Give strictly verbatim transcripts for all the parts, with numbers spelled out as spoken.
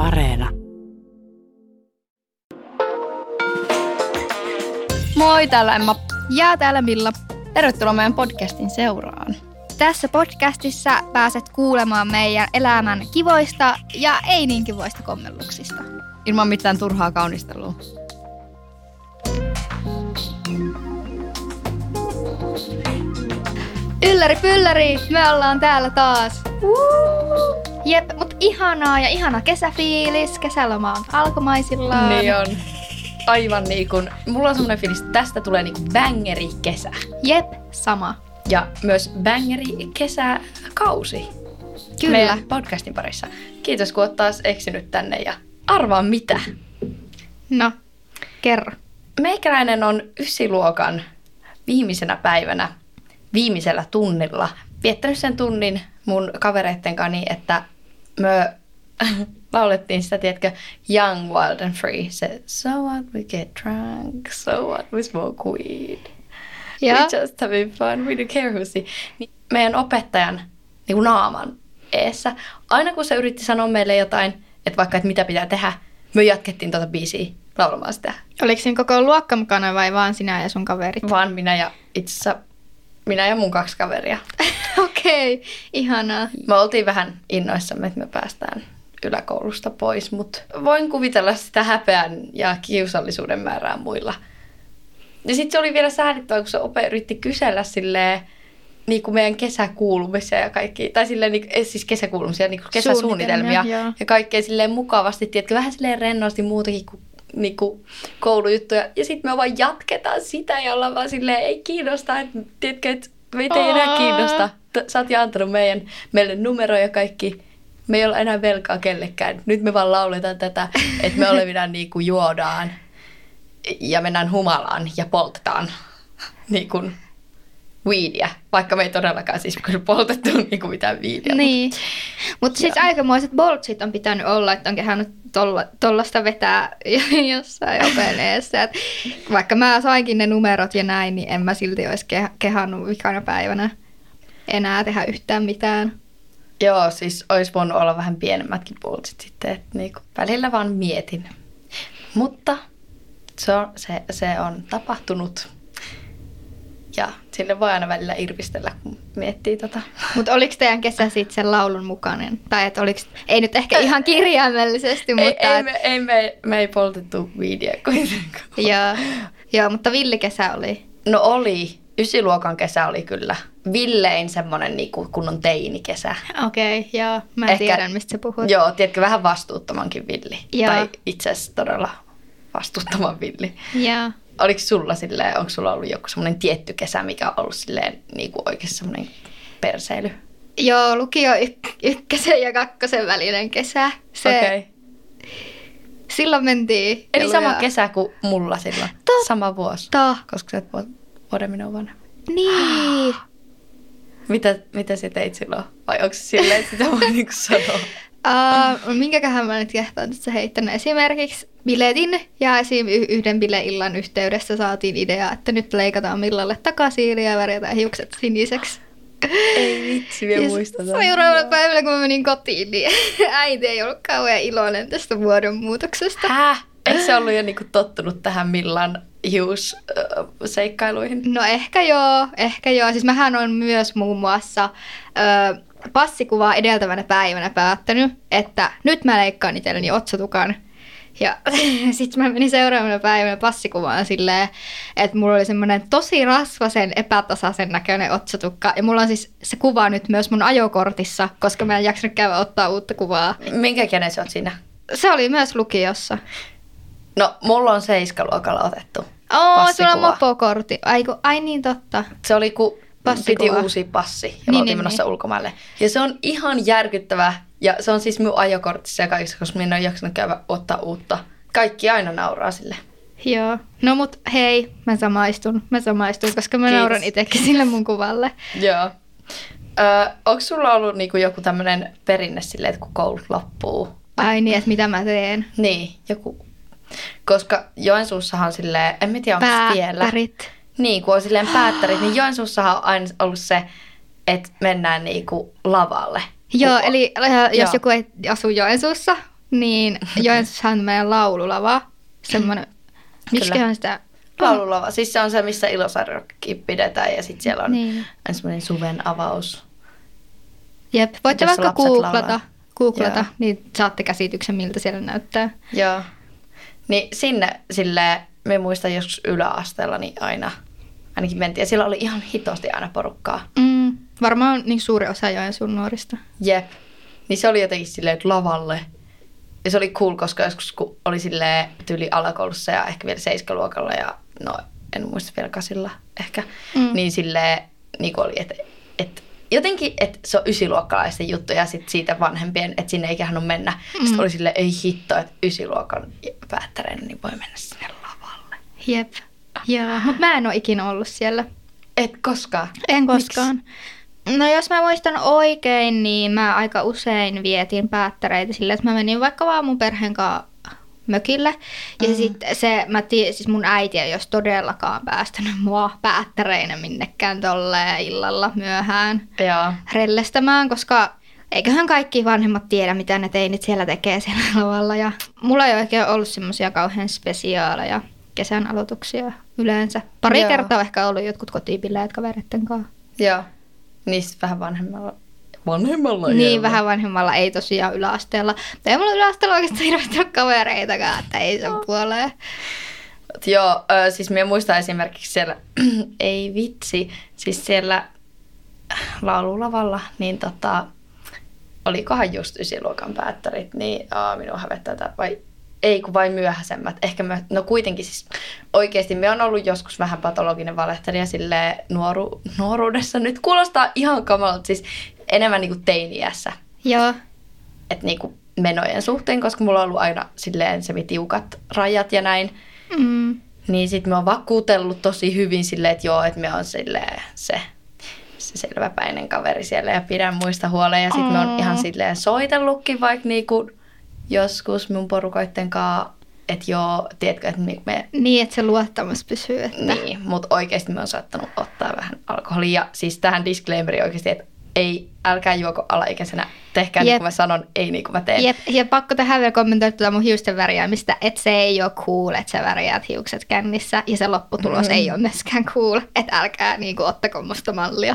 Areena. Moi, täällä Emma. Ja täällä Milla. Tervetuloa meidän podcastin seuraan. Tässä podcastissa pääset kuulemaan meidän elämän kivoista ja ei niin kivoista kommelluksista. Ilman mitään turhaa kaunistelua. Ylläri pylläri, me ollaan täällä taas. Woo! Jep, mut ihanaa ja ihana kesäfiilis. Kesäloma on alkamaisillaan. Niin on. Aivan niin kuin, mulla on semmoinen fiilis, että tästä tulee niin kuin bangeri kesä. Jep, sama. Ja myös bangeri kesäkausi. Kyllä. Meidän podcastin parissa. Kiitos, kun oot taas eksynyt tänne ja arvaa mitä. No, kerro. Meikäläinen on ysiluokan viimeisenä päivänä, viimeisellä tunnilla, viettänyt sen tunnin mun kavereitten kanssa niin, että me laulettiin sitä, tiedätkö, Young, Wild and Free. Se, so what, we get drunk, so what, we smoke weed. Ja. We just having fun, we don't care who see. Niin meidän opettajan niin kuin naaman eessä, aina kun se yritti sanoa meille jotain, että vaikka, että mitä pitää tehdä, me jatkettiin tuota biisiä laulamaan sitä. Oliko siinä koko luokka mukana vai vaan sinä ja sun kaverit? Vaan minä ja itse asiassa minä ja mun kaksi kaveria. Okei, okay, ihanaa. Me oltiin vähän innoissamme, että me päästään yläkoulusta pois, mutta voin kuvitella sitä häpeän ja kiusallisuuden määrää muilla. Ja sitten se oli vielä säädittävää, kun se ope yritti kysellä silleen, niin kuin meidän kesäkuulumisia ja kaikki, tai silleen, niin, siis kesäkuulumisia, niin kuin kesäsuunnitelmia ja kaikkea silleen mukavasti, tiedätkö, vähän silleen rennosti muutakin kuin, niin kuin koulujuttuja. Ja sitten me vaan jatketaan sitä ja ollaan vaan silleen, ei kiinnosta, että tiedätkö, että meitä ei enää kiinnosta. Sä oot jo antanut meidän, meille numeroja ja kaikki. Me ei olla enää velkaa kellekään. Nyt me vaan lauletaan tätä, että me olevinaan niin kuin juodaan ja mennään humalaan ja poltetaan niin kuin weedia, vaikka me ei todellakaan siis kyllä poltettu niin kuin mitään weedia. Niin, mutta siis aikamoiset boltsit on pitänyt olla, että on kehannut tollaista vetää jossain openeessa. Vaikka mä sainkin ne numerot ja näin, niin en mä silti olisi kehannut vikana päivänä enää tehdä yhtään mitään. Joo, siis olisi voinut olla vähän pienemmätkin boltsit sitten, että niin kuin välillä vaan mietin. Mutta se on, se, se on tapahtunut. Ja sille voi aina välillä irvistellä, kun miettii tota. Mutta oliko teidän kesä sitten sen laulun mukainen? Tai et oliks, ei nyt ehkä ihan kirjaimellisesti, mutta... Ei, ei, et... me, ei me, me ei poltettu weedia kuitenkaan. Joo, joo, mutta villikesä oli. No oli. Ysiluokan kesä oli kyllä villein semmoinen niinku kunnon teinikesä. Okei, okay, joo. Mä Ehkä, tiedän, mistä sä puhut. Joo, tiedätkö, vähän vastuuttomankin villi. Joo. Tai itse asiassa todella vastuuttoman villi. Joo. Oliko sulla silleen, onko sulla ollut joku semmoinen tietty kesä, mikä on ollut silleen niinku oikeasti semmoinen perseily? Joo, lukio yk- ykkösen ja kakkosen välinen kesä. Se, okay. Silloin mentiin. Eli jolloin... sama kesä kuin mulla silloin. Totta. Sama vuosi. Koska sä et vuoden minun vanhempi. Niin. Mitä, mitä sä teit silloin? Vai onko se silleen, että sitä voi niinku sanoa? Uh, minkäköhän mä nyt kehtaan tässä heittänyt esimerkiksi biletin ja esim. yhden bileillan yhteydessä saatiin idea, että nyt leikataan Millalle takasiiliä ja värjätään hiukset siniseksi. Ei vitsi, vielä muistan. Seuraavana päivänä, kun mä menin kotiin, niin äiti ei ollut kauhean iloinen tästä muodonmuutoksesta. Häh? Eikö se ollut jo niinku tottunut tähän Millan hiusseikkailuihin? No ehkä joo, ehkä joo. Siis mähän on myös muun muassa ö, passikuvaa edeltävänä päivänä päättänyt, että nyt mä leikkaan itselleni otsatukan. Ja sitten mä menin seuraavana päivänä passikuvaan silleen, että mulla oli semmoinen tosi rasvasen, epätasaisen näköinen otsatukka. Ja mulla on siis se kuva nyt myös mun ajokortissa, koska mä en jaksanut käydä ottaa uutta kuvaa. Minkä kenen se on siinä? Se oli myös lukiossa. No, mulla on seiskaluokalla otettu Oo, sulla on mopokortti. Ai, ai niin totta. Se oli, kun Passikuva. piti uusi passi ja niin, oltiin niin, menossa niin. ulkomaille. Ja se on ihan järkyttävä. Ja se on siis minun ajokortissa ja kaikissa, koska minä en ole jaksanut käydä ottaa uutta. Kaikki aina nauraa sille. Joo. No mut hei, mä samaistun. Mä samaistun, koska mä Kiitos. nauran itsekin sille mun kuvalle. Joo. Ö, onko sulla ollut niinku joku tämmöinen perinne silleen, että kun koulut loppuu? Ai niin, että mitä mä teen? Niin, joku. Koska Joensuussahan silleen, en mä tiedä onko se vielä. Päättärit. Niin, kun on silleen päättärit, niin Joensuussahan on aina ollut se, että mennään niinku lavalle. Joo, Kuka? eli äh, jos Joo. joku ei asu Joensuussa, Niin, Joensuussahan on meidän laululava. Semmoinen, miksiköhän sitä... Laululava. Siis se on se, missä Ilosarjokin pidetään ja sitten siellä on Niin. semmoinen suven avaus. Jep, voitte Jossa vaikka lapset googlata, laulaa. googlata Joo. niin saatte käsityksen, miltä siellä näyttää. Joo. Niin sinne silleen, me muistan joskus yläasteella, niin aina, ainakin mentiin. Ja siellä oli ihan hitosti aina porukkaa. Mm, varmaan niin suuri osa Joensuun nuorista. Jep. Niin se oli jotenkin silleen, että lavalle. Ja se oli cool, koska joskus kun oli silleen tyyli alakoulussa ja ehkä vielä seiskaluokalla ja no en muista vielä kasilla ehkä. Mm. Niin silleen niin oli, että et, jotenkin, että se on ysiluokkalaisten juttu ja sit siitä vanhempien, että sinne ei kehannut mennä. Mm. Sitten oli silleen, ei hitto, että ysiluokan päättäreen, niin voi mennä sinne lavalle. Jep. Joo, mutta mä en ole ikinä ollut siellä. Et koskaan. En koskaan. Miks? No jos mä muistan oikein, niin mä aika usein vietin päättäreitä silleen, että mä menin vaikka vaan mun perheen kanssa mökille. Ja mm. sitten se, mä tii, siis mun äiti ei olisi todellakaan päästänyt mua päättäreinä minnekään tolleen illalla myöhään Joo. rellestämään, koska eiköhän kaikki vanhemmat tiedä, mitä ne teinit siellä tekee siellä lavalla. Ja mulla ei oikein ollut semmoisia kauhean spesiaaleja kesän aloituksia yleensä. Pari Joo. kertaa on ehkä ollut jotkut kotibileet kavereitten kanssa. Joo. Niistä vähän vanhemmalla. Vanhemmalla Niin, iällä. vähän vanhemmalla, ei tosiaan yläasteella. Mutta ei mulla yläasteella oikeastaan hirveästi ole kavereitakaan, että ei sen puoleen. Joo, ö, siis minä muistan esimerkiksi siellä, ei vitsi, siis siellä laululavalla, niin tota, olikohan just ysiluokan päättärit, niin aa, minua hävettää tämä, vai ei kun vain myöhäisemmät. Ehkä me, no kuitenkin siis oikeasti me on ollut joskus vähän patologinen valehtelija silleen nuoru, nuoruudessa. Nyt kuulostaa ihan kamalalta, siis enemmän niinku teini-iässä. Joo. Että niinku menojen suhteen, koska mulla on ollut aina silleen se tiukat rajat ja näin. Mm. Niin sit me on vakuutellut tosi hyvin silleen, että joo, että me on silleen se, se selväpäinen kaveri siellä ja pidän muista huoleen. Ja sit me on ihan silleen soitellutkin vaikka niinku joskus mun porukoitten kanssa, että joo, tiedätkö, että me... Niin, että se luottamus pysyy. Että... Niin, mutta oikeasti me on saattanut ottaa vähän alkoholia. Siis tähän disclaimeri oikeasti, että ei, älkää juoko alaikäisenä. Tehkää niin kuin mä sanon, ei niin kuin mä teen. Jep, ja pakko tähän vielä kommentoida tuota mun hiusten värjäämistä, että se ei ole cool, että sä värjäät hiukset kännissä. Ja se lopputulos mm. ei ole myöskään cool, että älkää niin kuin ottako musta mallia.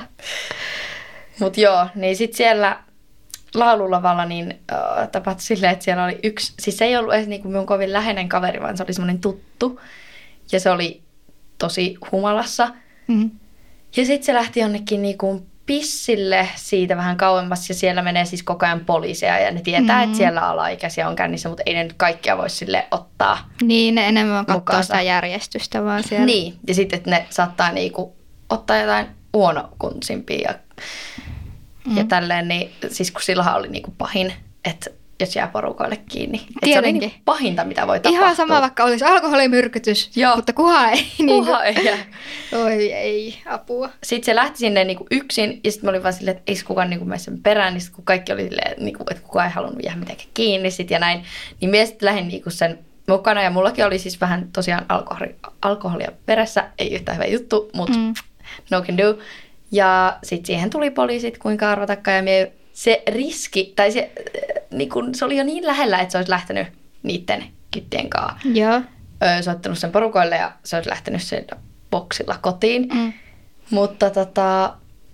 Mut joo, niin sit siellä laululavalla niin uh, tapahtui silleen, että siellä oli yksi, siis se ei ollut edes niin kuin minun kovin läheinen kaveri, vaan se oli semmoinen tuttu. Ja se oli tosi humalassa. Mm. Ja sitten se lähti jonnekin niin kuin pissille siitä vähän kauemmas ja siellä menee siis koko ajan poliiseja ja ne tietää, mm. että siellä alaikäisiä on kännissä, mutta ei ne nyt kaikkia voi sille ottaa. Niin, ne enemmän katsoo mukaansa. sitä järjestystä vaan siellä. Niin, ja sitten että ne saattaa niinku ottaa jotain huonokuntsimpia ja, mm. ja tälleen, niin siis kun silloin oli niinku pahin, että jos jää porukoille kiinni. Että se oli niinku pahinta, mitä voi tapahtua. Ihan sama, vaikka olisi alkoholimyrkytys, Joo. mutta kuha ei. Kuha ei jää. Oi ei, apua. Sitten se lähti sinne niinku yksin ja sitten mä olin vaan silleen, että ei kukaan niinku mene sen perään. Niin kun kaikki oli silleen, niinku, että kukaan ei halunnut jäädä mitenkään kiinni sit ja näin. Niin minä sitten lähdin niinku sen mukana ja mullakin oli siis vähän tosiaan alkoholi, alkoholia perässä. Ei yhtään hyvä juttu, mutta mm. no can do. Ja sitten siihen tuli poliisit, kuinka arvatakaan. Ja mie, se riski, tai se, niin kun, se oli jo niin lähellä, että se olisi lähtenyt niiden kyttien kanssa. Joo. Öö, soittanut sen porukoille ja se olisi lähtenyt sen boksilla kotiin. Mm. Mutta tota,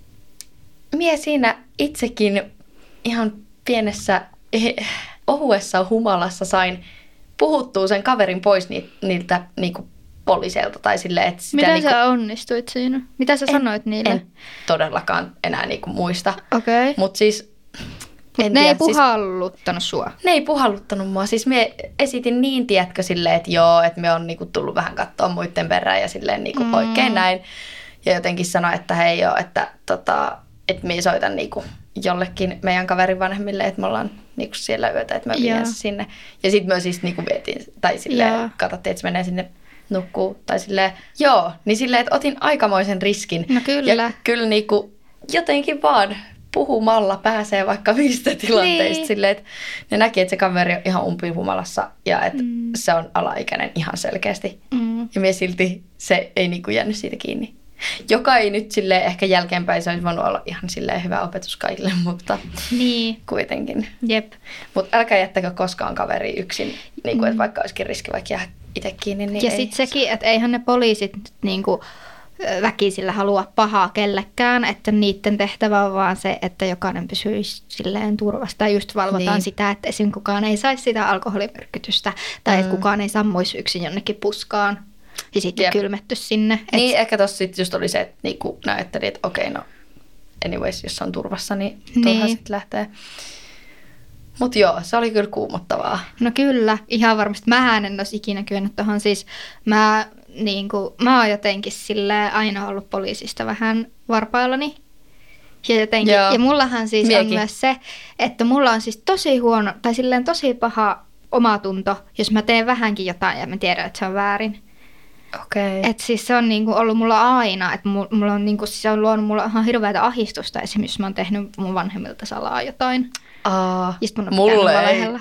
mie siinä itsekin ihan pienessä eh, ohuessa humalassa sain puhuttua sen kaverin pois ni, niiltä niinku poliiseilta. Tai silleen, että sitä Miten niinku, sä onnistuit siinä? Mitä sä en, sanoit niille? En todellakaan enää niinku muista. Okei. Okay. Mutta siis... Mut ne tiedä, ei puhalluttanut siis, sua? Ne ei puhalluttanut mua. Siis me esitin niin, tiedätkö, silleen, että joo, että me on niinku tullut vähän katsoa muiden perään ja silleen niinku mm. oikein näin. Ja jotenkin sanoi, että hei joo, että, tota, että me soitan niinku jollekin meidän kaverin vanhemmille, että me ollaan niinku siellä yötä, että mä vien sinne. Ja sitten me siis niinku vietiin, tai silleen joo. katsottiin, että se menee sinne nukkuu. Tai silleen, joo, niin silleen, että otin aikamoisen riskin. No kyllä. Ja kyllä niinku jotenkin vaan... puhumalla pääsee vaikka mistä tilanteista niin. Silleen, että ne näki, että se kaveri on ihan umpihumalassa ja että mm. se on alaikäinen ihan selkeästi. Mm. Ja mie silti se ei niinku jäänyt siitä kiinni. Joka ei nyt silleen ehkä jälkeenpäin se olisi voinut olla ihan silleen hyvä opetus kaikille, mutta Niin. kuitenkin. Jep. Mutta älkää jättäkö koskaan kaveri yksin, niin kuin, että vaikka olisikin riski vaikka jää itse kiinni, niin Ja ei. sitten sekin, että eihän ne poliisit nyt niinku väkisillä halua pahaa kellekään, että niiden tehtävä on vaan se, että jokainen pysyisi silleen turvassa. Tai just valvotaan Niin. sitä, että esim. Kukaan ei saisi sitä alkoholimyrkytystä tai mm. että kukaan ei sammuisi yksin jonnekin puskaan ja sitten Jep. kylmetty sinne. Et, Niin, ehkä tossa sitten just oli se, että niinku näytteli, että okei, no anyways, jos on turvassa, niin turha Niin. sitten lähtee. Mutta joo, se oli kyllä kuumottavaa. No kyllä, ihan varmasti. Mähän en olisi ikinä kyennyt tuohon. Siis mä, niin kuin, mä oon jotenkin silleen aina ollut poliisista vähän varpaillani. Ja, jotenkin, Joo. ja mullahan siis Miekin. on myös se, että mulla on siis tosi huono, tai silleen tosi paha omatunto, jos mä teen vähänkin jotain ja mä tiedän, että se on väärin. Okei. Okay. Et siis se on niinku ollut mulla aina, että mulla on niinku, se on luonut mulla ihan hirveätä ahdistusta esimerkiksi, jos mä oon tehnyt mun vanhemmilta salaa jotain. Aa, Ja sit mun on mulle pitänyt ei. valehella.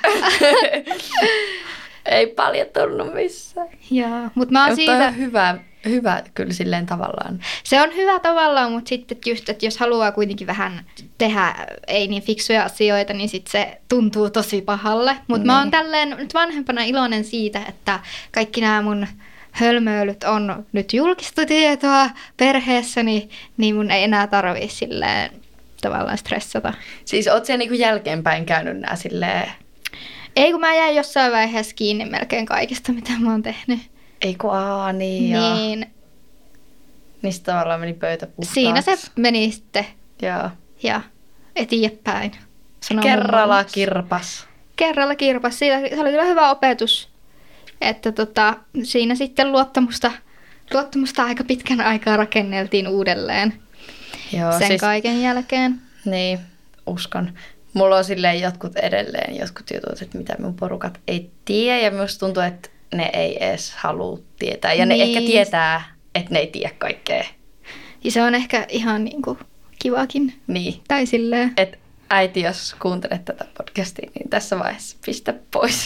Ei paljon tunnu missään. Joo, mutta mä oon Mutta on siitä... hyvä, hyvä kyllä silleen tavallaan. Se on hyvä tavallaan, mutta sitten että just, että jos haluaa kuitenkin vähän tehdä ei niin fiksuja asioita, niin sitten se tuntuu tosi pahalle. Mutta niin. Mä oon tälleen nyt vanhempana iloinen siitä, että kaikki nämä mun hölmöilyt on nyt julkista tietoa perheessäni, niin mun ei enää tarvii silleen tavallaan stressata. Siis oot siellä niinku jälkeenpäin käynyt nää silleen... Ei, kun mä jäin jossain vaiheessa kiinni melkein kaikesta, mitä mä oon tehnyt. Ei kun aa, niin joo. Niin Niin sit tavallaan meni pöytä puhtaaksi. siinä se meni sitten Joo. ja eteenpäin. sanoo mun Kerralla mamma. kirpas. Kerralla kirpas. Siitä, se oli kyllä hyvä opetus, että tota, siinä sitten luottamusta, luottamusta aika pitkän aikaa rakenneltiin uudelleen Joo, sen siis, kaiken jälkeen. niin, uskon. Mulla on silleen jotkut edelleen, jotkut jutut, että mitä mun porukat ei tiedä. Ja minusta tuntuu, että ne ei edes halua tietää. Ja Niin. ne ehkä tietää, että ne ei tiedä kaikkea. Ja se on ehkä ihan niinku kivakin. Niin. Tai silleen. Et äiti, jos kuuntelet tätä podcastia, niin tässä vaiheessa pistä pois.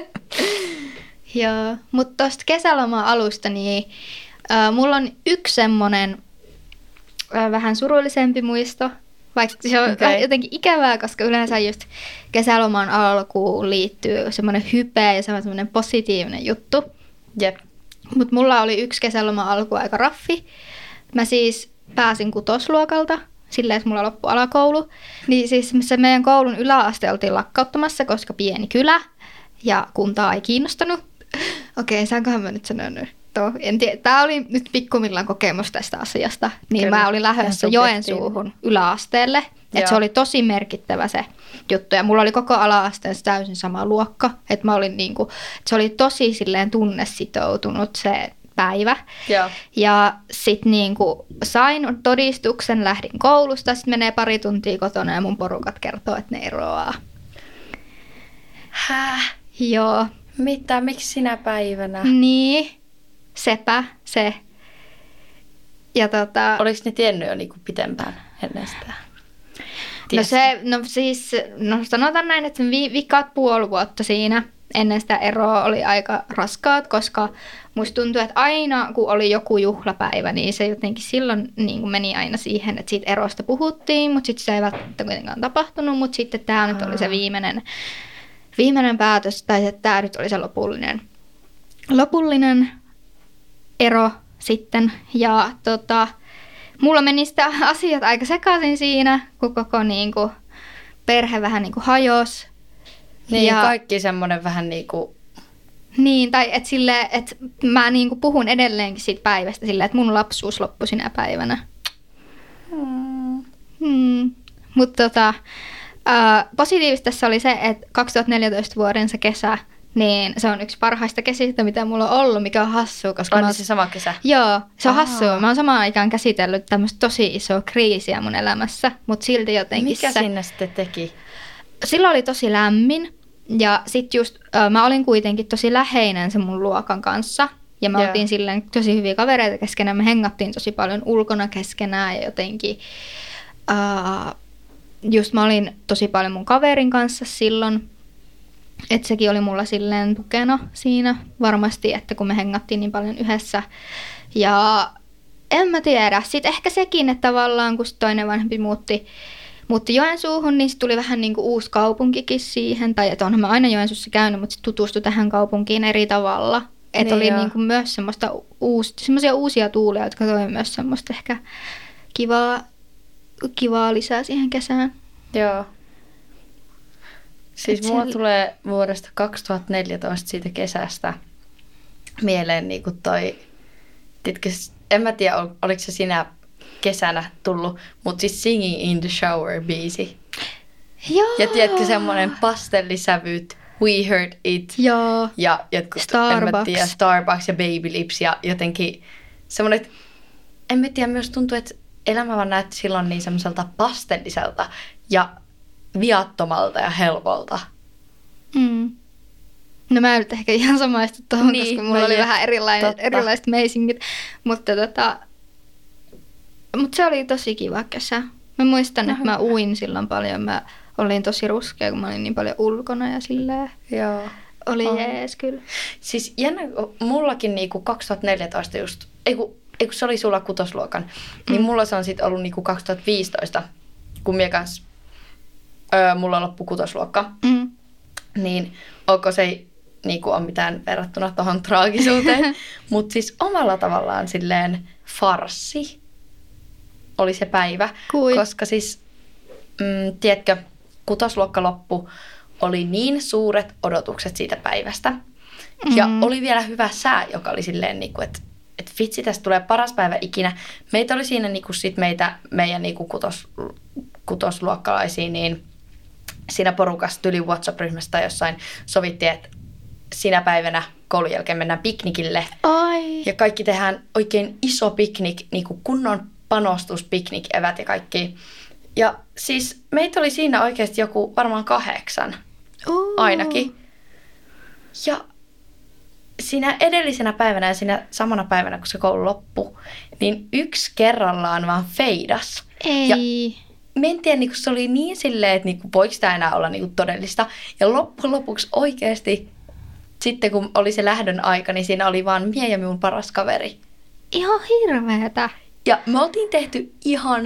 Joo, mutta tuosta kesäloman alusta, niin äh, mulla on yksi semmoinen äh, vähän surullisempi muisto, vaikka se on Okei. okay. jotenkin ikävää, koska yleensä just kesäloman alkuun liittyy semmoinen hype ja semmoinen positiivinen juttu. Jep. Mutta mulla oli yksi kesäloman alku aika raffi. Mä siis pääsin kutosluokalta, silleen, että mulla loppui alakoulu. Niin siis se meidän koulun yläaste oltiin lakkauttamassa, koska pieni kylä ja kuntaa ei kiinnostanut. Okei, saankohan mä nyt sanoa nyt? Tuo, en tiedä. Tää oli nyt pikkumillaan kokemus tästä asiasta. Niin Kyllä, mä olin lähdössä ihan subjektiivinen. Joensuuhun yläasteelle. Että Joo. se oli tosi merkittävä se juttu. Ja mulla oli koko ala-asteessa täysin sama luokka. Että mä olin niinku, että se oli tosi silleen tunnesitoutunut se päivä. Joo. Ja sit niinku sain todistuksen, lähdin koulusta, sit menee pari tuntia kotona ja mun porukat kertoo, että ne eroaa. Häh? Joo, Mitä? Miksi sinä päivänä? niin, sepä se. Ja tota, Oliko ne tiennyt jo niinku pitempään ennen sitä? no Tiesi. se, no siis, no sanotaan näin, että vi, vikat puoli vuotta siinä ennen sitä eroa oli aika raskaat, koska musta tuntuu, että aina kun oli joku juhlapäivä, niin se jotenkin silloin niin kuin meni aina siihen, että siitä erosta puhuttiin, mutta sitten se ei välttämättä kuitenkaan tapahtunut, mutta sitten tämä nyt oli se viimeinen, viimeinen päätös, tai että tämä nyt oli se lopullinen, lopullinen ero sitten, ja tota, mulla meni sitä asiat aika sekaisin siinä, kun koko niin kuin, perhe vähän niin kuin hajosi. Niin, ja, kaikki semmoinen vähän niinku... niin, tai että silleen, että mä niin kuin puhun edelleenkin siitä päivästä silleen, että mun lapsuus loppui sinä päivänä. Hmm. Hmm. Mutta tota, ää, positiivista tässä oli se, että kaksituhattaneljätoista vuoden se kesä, niin se on yksi parhaista kesistä, mitä mulla on ollut, mikä on hassua. Koska Oli mä... se sama kesä? Joo, se on Aa. hassua. Mä oon samaan aikaan käsitellyt tämmöistä tosi isoa kriisiä mun elämässä, mutta silti jotenkin Mikä se... sinne sitten teki? Silloin oli tosi lämmin ja sit just äh, mä olin kuitenkin tosi läheinen sen mun luokan kanssa. Ja me Joo. oltiin silleen tosi hyviä kavereita keskenään. Me hengattiin tosi paljon ulkona keskenään ja jotenkin... Äh, just mä olin tosi paljon mun kaverin kanssa silloin. Että sekin oli mulla silleen tukena siinä varmasti, että kun me hengattiin niin paljon yhdessä. Ja en mä tiedä. Sitten ehkä sekin, että tavallaan kun toinen vanhempi muutti, muutti Joensuuhun, niin tuli vähän niin kuin uusi kaupunkikin siihen. Tai että onhan mä aina Joensuussa käynyt, mutta sitten tutustui tähän kaupunkiin eri tavalla. Että niin oli niin kuin myös semmoista uus, semmoisia uusia tuulia, jotka toi myös semmoista ehkä kivaa, kivaa lisää siihen kesään. Joo. Siis Et mulla se... tulee vuodesta kaksituhattaneljätoista siitä kesästä mieleen niin kuin toi, tiedätkö, en mä tiedä, oliko se sinä kesänä tullut, mutta siis Singing in the Shower-biisi. Joo. Ja tiedätkö, semmoinen pastellisävyt, We Heard It. Joo. Ja jotkut, Starbucks. en mä tiedä, Starbucks ja Baby Lips ja jotenkin semmoinen, että en mä tiedä, myös tuntuu, että elämä vaan näytti silloin niin semmoiselta pastelliselta ja viattomalta ja helpolta. Mm. No mä en nyt ehkä ihan samaista tuohon, Niin, koska mulla no oli jep, vähän erilainen, erilaiset meisingit. Mutta tota, mut se oli tosi kiva kesä. Mä muistan, no, että mä uin silloin paljon. Mä olin tosi ruskea, kun mä olin niin paljon ulkona ja silleen. Joo. Oli on. jees kyllä. Siis jännä, mullakin niinku kaksituhattaneljätoista just, ei kun, ei kun se oli sulla kutosluokan, mm. niin mulla se on sitten ollut niinku kaksituhattaviisitoista, kun mie kans, öö, mulla loppui kutosluokka. Mm. Niin onko se ei niinku ole mitään verrattuna tuohon traagisuuteen, mutta siis omalla tavallaan silleen farssi oli se päivä. Kui? Koska siis, mm, tiedätkö, kutosluokka loppu, oli niin suuret odotukset siitä päivästä. Mm-hmm. Ja oli vielä hyvä sää, joka oli silleen, niin kuin, että, että vitsi, tästä tulee paras päivä ikinä. Meitä oli siinä niin kuin sit meitä, meidän niin kuin kutos, kutosluokkalaisia, niin siinä porukasta yli WhatsApp-ryhmästä jossain sovittiin, että sinä päivänä koulun jälkeen mennään piknikille. Ai. Ja kaikki tehdään oikein iso piknik, niin kuin kunnon panostus, piknik-evät ja kaikki. Ja siis meitä oli siinä oikeasti joku varmaan kahdeksan. Uh. Ainakin. Ja siinä edellisenä päivänä ja siinä samana päivänä, kun se koulu loppui, niin yksi kerrallaan vaan feidas. Ei. Ja me en tiedä, niin se oli niin silleen, että niin voiko tämä enää olla niin todellista. Ja loppujen lopuksi oikeasti, sitten kun oli se lähdön aika, niin siinä oli vaan mie ja minun paras kaveri. Ihan hirveetä. Ja me oltiin tehty ihan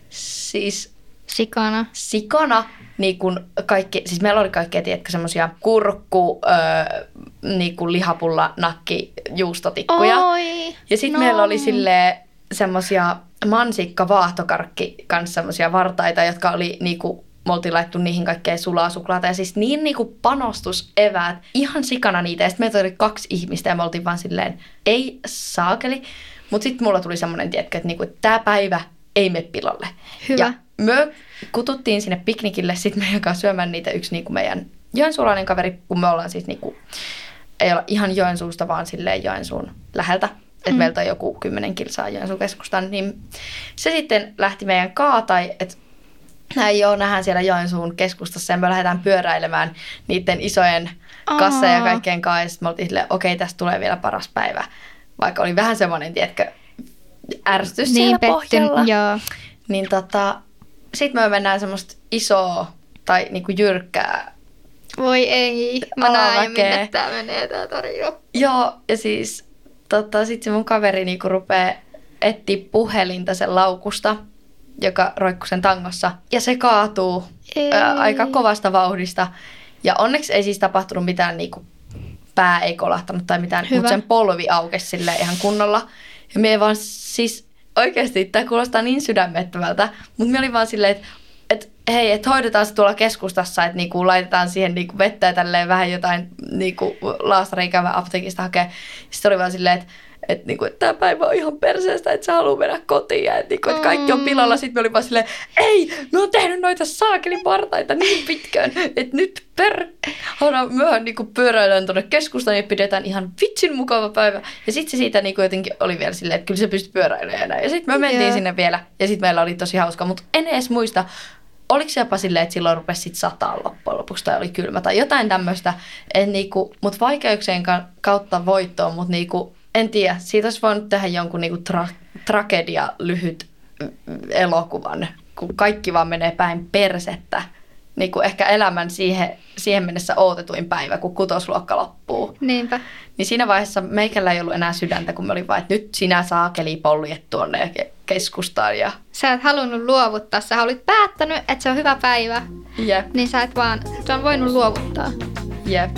siis... Sikana. Sikana, niin kuin kaikki, siis meillä oli kaikkea, tiedätkö, semmoisia kurkku, öö, niin kuin lihapulla, nakki, juustotikkuja. Oi, ja sitten no. meillä oli silleen semmoisia mansikka, vaahtokarkki kanssa semmoisia vartaita, jotka oli niin kuin, me oltiin laittu niihin kaikkea sulaa suklaata. Ja siis niin, niin kuin panostuseväät, ihan sikana niitä. Ja sitten meitä oli kaksi ihmistä ja me oltiin vaan silleen, ei saakeli. Mutta sitten mulla tuli semmoinen, tiedätkö, että, niin kuin, että tämä päivä ei mene pilalle. Hyvä. Ja me kututtiin sinne piknikille, sitten meidän kanssa syömään niitä yksi niin kuin meidän joensuulainen kaveri, kun me ollaan siis niin kuin, ei olla ihan Joensuusta, vaan silleen Joensuun läheltä. Että mm. meiltä on joku kymmenen kilsaa Joensuun keskustaan, niin se sitten lähti meidän kaa, tai että näin joo, nähdään siellä Joensuun keskustassa ja me lähdetään pyöräilemään niiden isojen kasseja ja kaikkeen kanssa. Ja sitten me oltiin silleen, okei, tästä tulee vielä paras päivä. Vaikka oli vähän semmoinen, tiedätkö, ärsytys niin, siellä pettyn, pohjalla. Joo. Niin tota, sitten me mennään semmoista isoa tai niinku jyrkkää. Voi ei, mä näen, alamäkeä. minne tää menee tää tarina. Joo, ja siis tota, sitten se mun kaveri niinku rupeaa etsiä puhelinta sen laukusta, joka roikkui sen tangossa. Ja se kaatuu ää, aika kovasta vauhdista. Ja onneksi ei siis tapahtunut mitään, niinku, pää ei kolahtanut tai mitään, mutta sen polvi aukesi silleen ihan kunnolla. Ja me vaan siis oikeasti, tämä kuulostaa niin sydämettömältä, mutta me oli vaan silleen, että et, hei, että hoidetaan se tuolla keskustassa, että niinku, laitetaan siihen niinku, vettä ja tälleen vähän jotain niinku, laastaria käydä apteekista hakea. Sitten oli vaan silleen, että et, niinku, et tämä päivä on ihan perseestä, että se haluaa mennä kotiin ja että niinku, et kaikki on pilalla. Sitten me oli vaan silleen, ei, me on tehnyt noita saakelin vartaita niin pitkään, että nyt per... Myöhään niinku, pyöräillään tuonne keskustaan ja pidetään ihan vitsin mukava päivä. Ja sitten se siitä niinku, jotenkin oli vielä silleen, että kyllä se pystyy pyöräilemään ja näin. Ja sitten me mentiin yeah. sinne vielä ja sitten meillä oli tosi hauska, mutta en edes muista, oliko se jopa silleen, että silloin rupesi sit sataa loppujen lopuksi tai oli kylmä tai jotain tämmöistä. Niinku, mutta vaikeuksien kautta voittoon, mutta niinku, en tiedä. Siitä olisi voinut tehdä jonkun niinku tra- tragedia lyhyt elokuvan, kun kaikki vaan menee päin persettä. niin kuin ehkä elämän siihen, siihen mennessä odotetuin päivä, kun kutosluokka loppuu. Niinpä. Niin siinä vaiheessa meikällä ei ollut enää sydäntä, kun me oli vaan, että nyt sinä saakeli poljet tuonne keskustaan. Ja... Sä et halunnut luovuttaa, sä olit päättänyt, että se on hyvä päivä, Jep. niin sä et vaan, sä on voinut luovuttaa. Jep.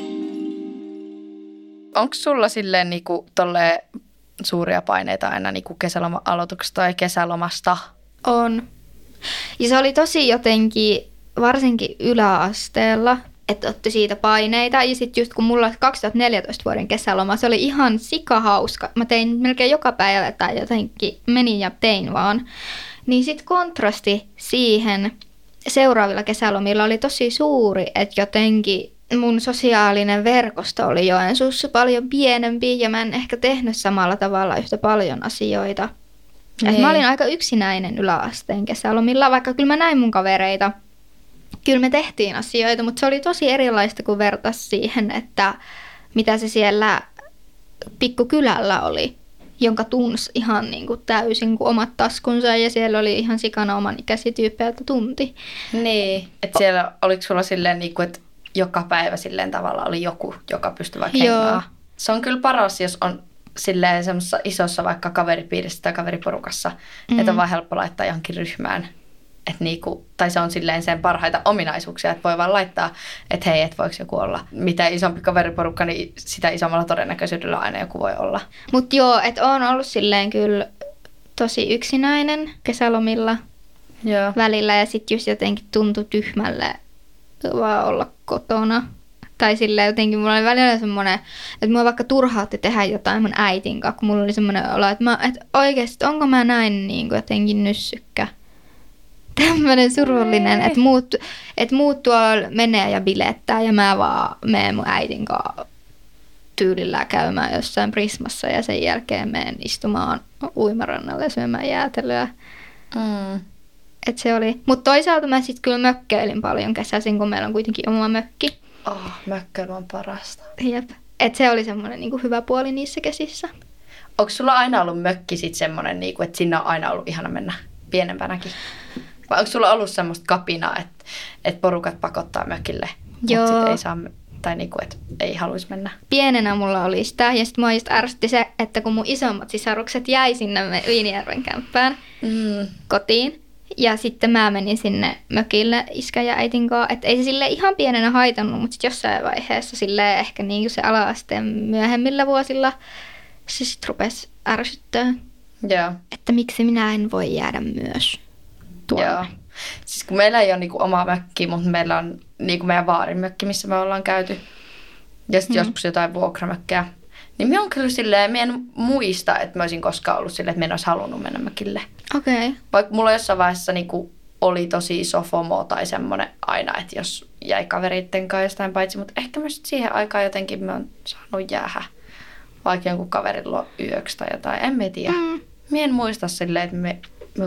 Onko sulla silleen niinku tolleen suuria paineita aina niinku kesäloma-aloituksesta tai kesälomasta? On. Ja se oli tosi jotenkin, varsinkin yläasteella, että otti siitä paineita. Ja sitten just kun mulla oli kaksituhattaneljätoista vuoden kesäloma, se oli ihan sikahauska. Mä tein melkein joka päivä tai jotenkin menin ja tein vaan. Niin sitten kontrasti siihen seuraavilla kesälomilla oli tosi suuri, että jotenkin mun sosiaalinen verkosto oli Joensuussa paljon pienempi ja mä en ehkä tehnyt samalla tavalla yhtä paljon asioita. Et mä olin aika yksinäinen yläasteen kesälomilla, vaikka kyllä mä näin mun kavereita. Kyllä me tehtiin asioita, mutta se oli tosi erilaista kuin vertaisi siihen, että mitä se siellä pikkukylällä oli, jonka tunsi ihan niin kuin täysin kuin omat taskunsa ja siellä oli ihan sikana oman ikäisiä tyyppejä, että tunti. Niin, että siellä oliko sulla silleen, niin kuin, että joka päivä silleen tavalla oli joku, joka pystyi vaikka hengaa. Se on kyllä paras, jos on silleen semmoisessa isossa vaikka kaveripiirissä tai kaveriporukassa, mm-hmm. että on vaan helppo laittaa johonkin ryhmään. Et niinku, tai se on silleen sen parhaita ominaisuuksia, että voi vaan laittaa, että hei, et voiko joku olla. Mitä isompi kaveriporukka, niin sitä isommalla todennäköisyydellä aina joku voi olla. Mutta joo, että on ollut silleen kyllä tosi yksinäinen kesälomilla joo. välillä ja sitten just jotenkin tuntui tyhmälle vaan olla kotona. Tai silleen jotenkin mulla oli välillä semmoinen, että mua vaikka turhautti tehdä jotain mun äitin kanssa, kun mulla oli semmoinen olo, että, mä, että oikeasti onko mä näin niin kuin jotenkin nyssykkä. Tämmöinen surullinen, että muut, että muut tuolla menee ja bilettää ja mä vaan menen mun äitin kanssa tyylillä käymään jossain Prismassa ja sen jälkeen menen istumaan uimarannalle ja syömään jäätelöä. Mm. Et se oli. Mutta toisaalta mä sitten kyllä mökkeilin paljon kesäisin, kun meillä on kuitenkin oma mökki. Oh, mökkeily on parasta. Jep. Et se oli semmoinen niinku hyvä puoli niissä kesissä. Onko sulla aina ollut mökki sit semmoinen, niinku, että sinne on aina ollut ihana mennä pienempänäkin? Vai onko sulla ollut semmoista kapinaa, että, että porukat pakottaa mökille, mutta sitten ei saa, tai niinku, että ei haluaisi mennä? Pienenä mulla oli sitä, ja sitten mua just ärsytti se, että kun mun isommat sisarukset jäi sinne Viinijärven kämppään mm. kotiin, ja sitten mä menin sinne mökille iskä ja äitin kanssa, että ei se sille ihan pienenä haitannut, mutta sitten jossain vaiheessa sille ehkä niin kuin se ala-asteen myöhemmillä vuosilla se sitten rupesi ärsyttää, yeah. että miksi minä en voi jäädä myös tuonne. Joo. Siis kun meillä ei ole niinku oma mökki, mutta meillä on niinku meidän vaarin mökki, missä me ollaan käyty. Ja sitten hmm. joskus jotain vuokramökkejä. Niin me on kyllä silleen, me en muista, että mä olisin koskaan ollut silleen, että me en olisi halunnut mennä mökille. Okei. Okay. Vaikka mulla jossain vaiheessa niinku oli tosi iso FOMO tai semmoinen aina, että jos jäi kavereitten kanssa jostain paitsi. Mutta ehkä myös siihen aikaan jotenkin me on saanut jäädä vaikka jonkun kaverin luo yöksi tai jotain. En mä tiedä. Mm. Mä en muista silleen, että me... me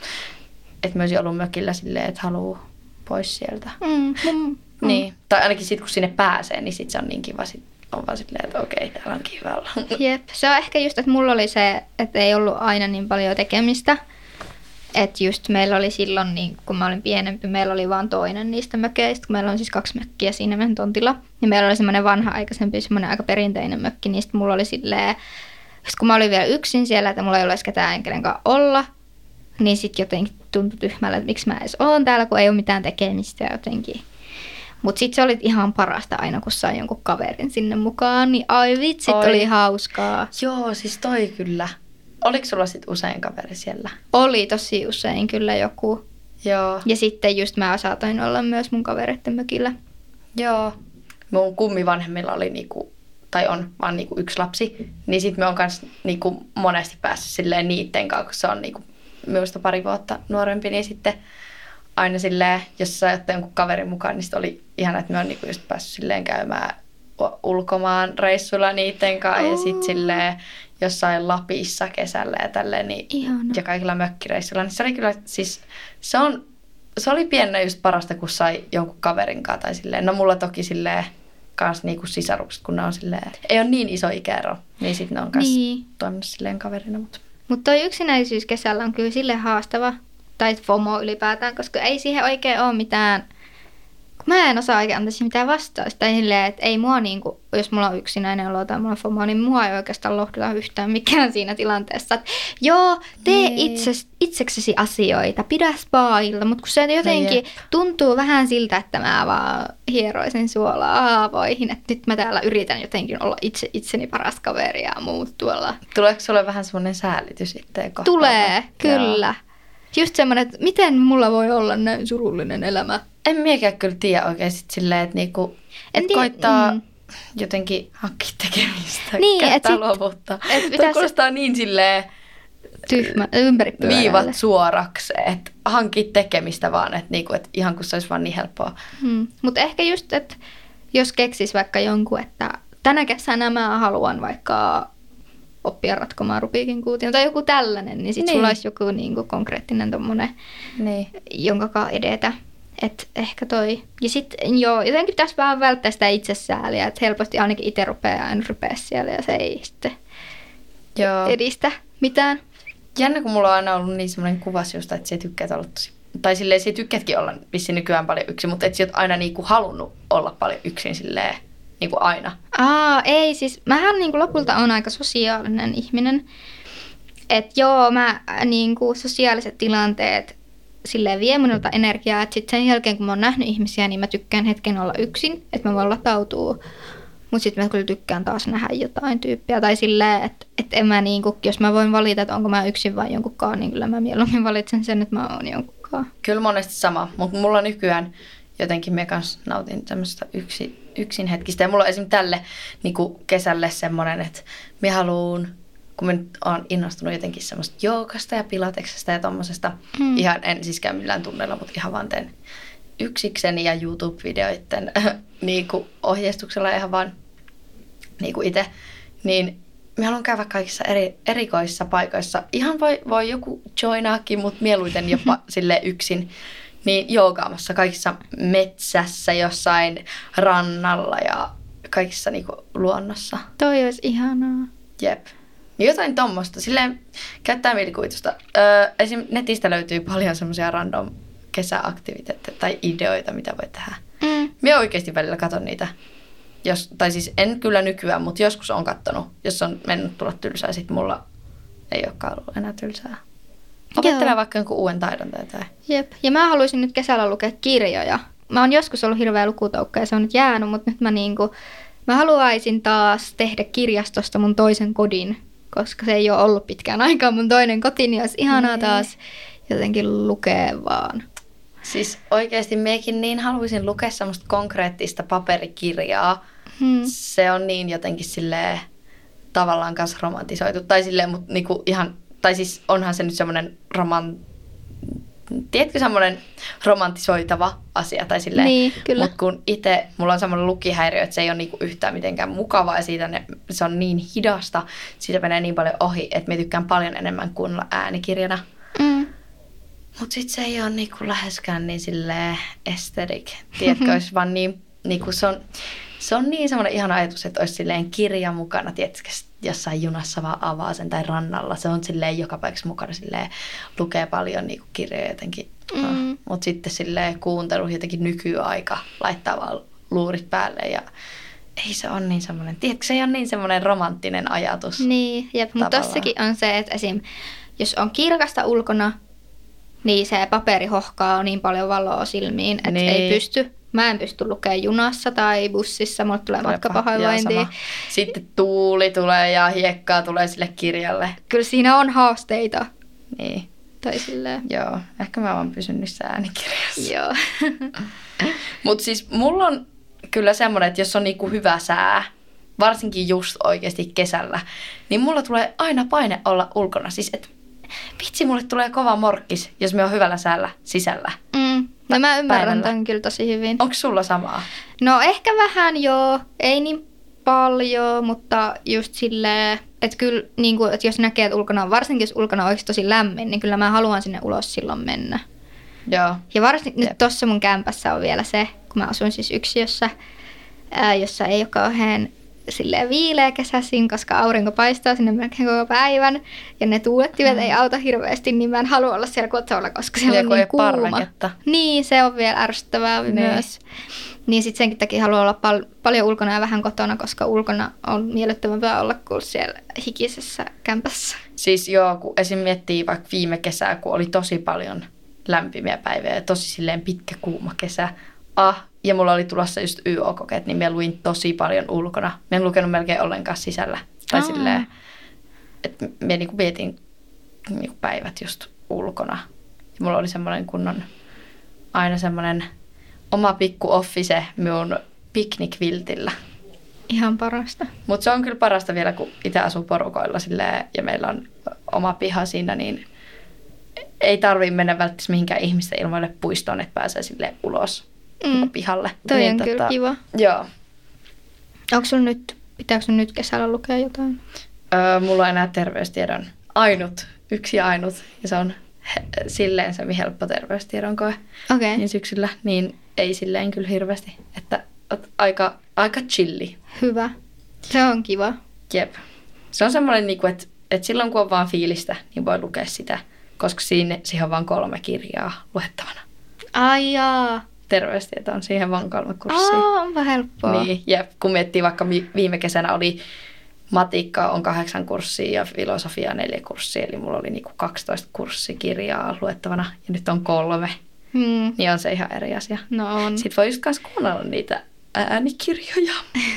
että mä olisin ollut mökillä silleen, että haluaa pois sieltä. Mm, mm, mm. Niin. Tai ainakin sitten, kun sinne pääsee, niin sitten se on niin kiva. Sit on vaan silleen, että okei, täällä on kiva olla. Jep. Se on ehkä just, että mulla oli se, että ei ollut aina niin paljon tekemistä. Että just meillä oli silloin, niin kun mä olin pienempi, meillä oli vaan toinen niistä mökeistä, kun meillä on siis kaksi mökkiä siinä meidän tontilla. Ja meillä oli semmoinen vanha aikaisempi, semmoinen aika perinteinen mökki, niin sitten mulla oli silleen, kun mä olin vielä yksin siellä, että mulla ei ole edes ketään kenenkaan olla, niin sitten jotenkin tuntui tyhmällä, että miksi mä edes oon täällä, kun ei ole mitään tekemistä jotenkin. Mutta sitten se oli ihan parasta aina, kun sai jonkun kaverin sinne mukaan, niin ai vitsit, Oi. oli hauskaa. Joo, siis toi kyllä. Oliko sulla sitten usein kaveri siellä? Oli tosi usein kyllä joku. Joo. Ja sitten just mä saatoin olla myös mun kavereiden mökillä. Joo. Mun kummivanhemmilla oli niinku, tai on vaan niinku yksi lapsi, niin sitten me on kans niinku monesti päässyt silleen niitten kanssa, kun se on niinku minusta pari vuotta nuorempi, niin sitten aina silleen, jos sä ottaa jonkun kaverin mukaan, niin oli ihana, että me on niinku just päässyt silleen käymään ulkomaan reissuilla niitten kanssa oh. ja sitten silleen jossain Lapissa kesällä ja tälleen, niin ihana. Ja kaikilla mökkireissuilla, niin se oli kyllä siis, se on, se oli pienenä just parasta, kun sai jonkun kaverin kanssa tai silleen, no mulla toki silleen kans niinku sisarukset, kun ne on silleen, ei ole niin iso ikäero, niin sitten ne on kans niin. toiminut silleen kaverina, mutta Mutta toi yksinäisyys kesällä on kyllä sille haastava, tai FOMO ylipäätään, koska ei siihen oikein ole mitään mä en osaa oikein antaa siihen mitään vastausta. Tai silleen, että ei mua niinku, jos mulla on yksinäinen olo tai mulla on FOMO, niin mua ei oikeastaan lohduta yhtään mikään siinä tilanteessa. Että joo, tee itse, itseksesi asioita, pidä spa-ilta, mutta kun se jotenkin no, tuntuu vähän siltä, että mä vaan hieroisin suolaa aavoihin, että nyt mä täällä yritän jotenkin olla itse itseni paras kaveri ja muut tuolla. Tuleeko sulle vähän semmoinen säälitys itteen kohtaan? Tulee, kyllä. Joo. Just semmoinen, että miten mulla voi olla näin surullinen elämä. En miekään kyllä tiedä oikein sit silleen, että niinku, et tii- koittaa mm. jotenkin hankkia tekemistä, niin, käyttää luovuttaa. Tuo kuulostaa niin silleen tyhmä, ympäripyörälle. Viivat suoraksi, että hankit tekemistä vaan, että niinku, et ihan kun se olisi vaan niin helppoa. Hmm. Mutta ehkä just, että jos keksis vaikka jonkun, että tänä kesänä mä haluan vaikka oppia ratkomaan Rubikin kuution tai joku tällainen, niin sitten niin. sulla olisi joku niinku konkreettinen tommonen, niin. jonkakaan edetä. Että ehkä toi. Ja sitten joo, jotenkin pitäisi vähän välttää sitä itsesääliä, että helposti ainakin itse rupeaa aina rypeä siellä ja se ei sitten joo. edistä mitään. Jännä, kun mulla on aina ollut niin semmoinen kuvas just, että sä tykkäät olla tosi, tai silleen sä tykkäätkin olla vissiin nykyään paljon yksin, mutta et sä oot aina niinku halunnut olla paljon yksin silleen niinku aina. Aa, ei siis, mähän niinku lopulta on aika sosiaalinen ihminen. Että joo, mä niinku sosiaaliset tilanteet silleen vie minulta energiaa, että sitten sen jälkeen, kun mä oon nähnyt ihmisiä, niin mä tykkään hetken olla yksin, että mä voin latautua. Mutta sitten mä kyllä tykkään taas nähdä jotain tyyppiä. Tai silleen, että et en mä niinku, jos mä voin valita, että onko mä yksin vai jonkunkaan, niin kyllä mä mieluummin valitsen sen, että mä oon jonkunkaan. Kyllä monesti sama, mutta mulla nykyään jotenkin mä kans nautin tämmöistä yksi, yksin hetkistä. Ja mulla on esimerkiksi tälle niin kesälle semmoinen, että mä haluun, kun mä nyt oon innostunut jotenkin semmoista joogasta ja pilateksesta ja tommosesta. Hmm. Ihan en siis käy millään tunnella, mutta ihan vaan teen yksikseni ja YouTube-videoiden niin ohjeistuksella ihan vaan niin itse. Niin mä haluan käydä kaikissa eri, erikoissa paikoissa. Ihan voi, voi joku joinaakin, mutta mieluiten jopa silleen yksin. Niin joogaamassa kaikissa metsässä, jossain rannalla ja kaikissa niinku luonnossa. Toi olisi ihanaa. Jep. Niin jotain tommosta. Silleen käyttää mielikuvitusta. Öö, esim. Netistä löytyy paljon semmoisia random kesäaktiviteetteja tai ideoita, mitä voi tehdä. Mm. Minä oikeasti välillä katson niitä. Jos, tai siis en kyllä nykyään, mutta joskus on kattonut. Jos on mennyt tulla tylsää, sit mulla ei olekaan ollut enää tylsää. Opettele vaikka jonkun uuden taidon tai jotain. Jep. Ja mä haluaisin nyt kesällä lukea kirjoja. Mä oon joskus ollut hirveä lukutoukka ja se on nyt jäänyt, mutta nyt mä niinku, mä haluaisin taas tehdä kirjastosta mun toisen kodin, koska se ei ole ollut pitkään aikaa mun toinen koti, niin olisi ihanaa taas jotenkin lukea vaan. Siis oikeasti mekin niin haluaisin lukea semmoista konkreettista paperikirjaa. Hmm. Se on niin jotenkin silleen tavallaan kanssa romantisoitu. Tai silleen, mutta niinku ihan, tai siis onhan se nyt semmoinen roman, tiedätkö semmoinen romantisoitava asia tai silleen. Niin, kyllä. Mutta kun itse, mulla on semmoinen lukihäiriö, että se ei ole niinku yhtään mitenkään mukavaa ja siitä ne, se on niin hidasta. Siitä menee niin paljon ohi, että mä tykkään paljon enemmän kuunnella äänikirjana. Mm. Mutta sitten se ei ole niinku läheskään niin silleen aesthetic. Tiedätkö, olisi vaan niin, niinku se on, se on niin semmoinen ihana ajatus, että olisi silleen kirja mukana, tiedätkö, jossain junassa vaan avaa sen tai rannalla. Se on silleen joka paikassa mukana, silleen lukee paljon niinku kirjoja jotenkin. Mm. No. Mutta sitten silleen kuuntelu jotenkin nykyaika, laittaa vaan luurit päälle ja ei se ole niin semmoinen, tiedätkö, se ei ole niin semmoinen romanttinen ajatus. Niin, jep, mutta tossakin on se, että esim. Jos on kirkasta ulkona, niin se paperi hohkaa niin paljon valoa silmiin, että niin. ei pysty. Mä en pysty lukemaan junassa tai bussissa, mulle tulee matkapahoinvointia. Sitten tuuli tulee ja hiekkaa tulee sille kirjalle. Kyllä siinä on haasteita. Niin. Tai silleen. Joo, ehkä mä vaan pysyn niissä äänikirjassa. Joo. Mutta siis mulla on kyllä semmoinen, että jos on niinku hyvä sää, varsinkin just oikeasti kesällä, niin mulla tulee aina paine olla ulkona. Siis että vitsi, mulle tulee kova morkkis, jos me on hyvällä säällä sisällä. Mm. No mä ymmärrän tämän kyllä tosi hyvin. Onko sulla samaa? No ehkä vähän joo, ei niin paljon, mutta just silleen, että kyllä niin kuin, että jos näkee, että ulkona on, varsinkin jos ulkona on oikeasti tosi lämmin, niin kyllä mä haluan sinne ulos silloin mennä. Joo. Ja varsinkin nyt tossa mun kämpässä on vielä se, kun mä asuin siis yksiössä, ää, jossa ei ole kauhean silleen viileä kesäisin, koska aurinko paistaa sinne melkein koko päivän. Ja ne tuulettimet mm. ei auta hirveästi, niin mä en halua olla siellä kotona, koska siellä ja on niin kuuma. Parveketta. Niin, se on vielä ärsyttävää niin. myös. Niin sitten senkin takia haluan olla pal- paljon ulkona ja vähän kotona, koska ulkona on miellyttävämpää olla kuin siellä hikisessä kämpässä. Siis joo, kun esim. Miettii vaikka viime kesää, kun oli tosi paljon lämpimiä päiviä ja tosi silleen pitkä kuuma kesä. Ah, ja mulla oli tulossa just Y O-kokeet, niin mä luin tosi paljon ulkona. Mä en lukenut melkein ollenkaan sisällä. Tai silleen, että mä niinku vietin niinku päivät just ulkona. Ja mulla oli semmoinen kunnon, aina semmoinen oma pikku office minun piknikviltillä. Ihan parasta. Mutta se on kyllä parasta vielä, kun itse asuu porukoilla silleen, ja meillä on oma piha siinä, niin ei tarvitse mennä välttämättä mihinkään ihmisten ilmoille puistoon, että pääsee silleen ulos mm. pihalle. Toi niin, on tota, kyllä kiva. Joo. Onko sun nyt, pitääkö sun nyt kesällä lukea jotain? Öö, mulla on enää terveystiedon ainut, yksi ja ainut, ja se on he, silleen se helppo terveystiedon koe. Okay. Niin syksyllä, niin ei silleen kyllä hirveästi, että aika, aika chilli. Hyvä. Se on kiva. Jep. Se on semmoinen, että, että silloin kun on vaan fiilistä, niin voi lukea sitä, koska siinä, siihen on vaan kolme kirjaa luettavana. Ai jaa. Terveystieto on siihen vaan kolme kurssia. Aa, onpa helppoa. Niin, jep. Kun miettii vaikka viime kesänä oli matikka on kahdeksan kurssia ja filosofia neljä kurssia, eli mulla oli niinku kaksitoista kurssikirjaa luettavana ja nyt on kolme. Hmm. Niin on se ihan eri asia. No on. Sitten voi just kanssa kuunnella niitä äänikirjoja.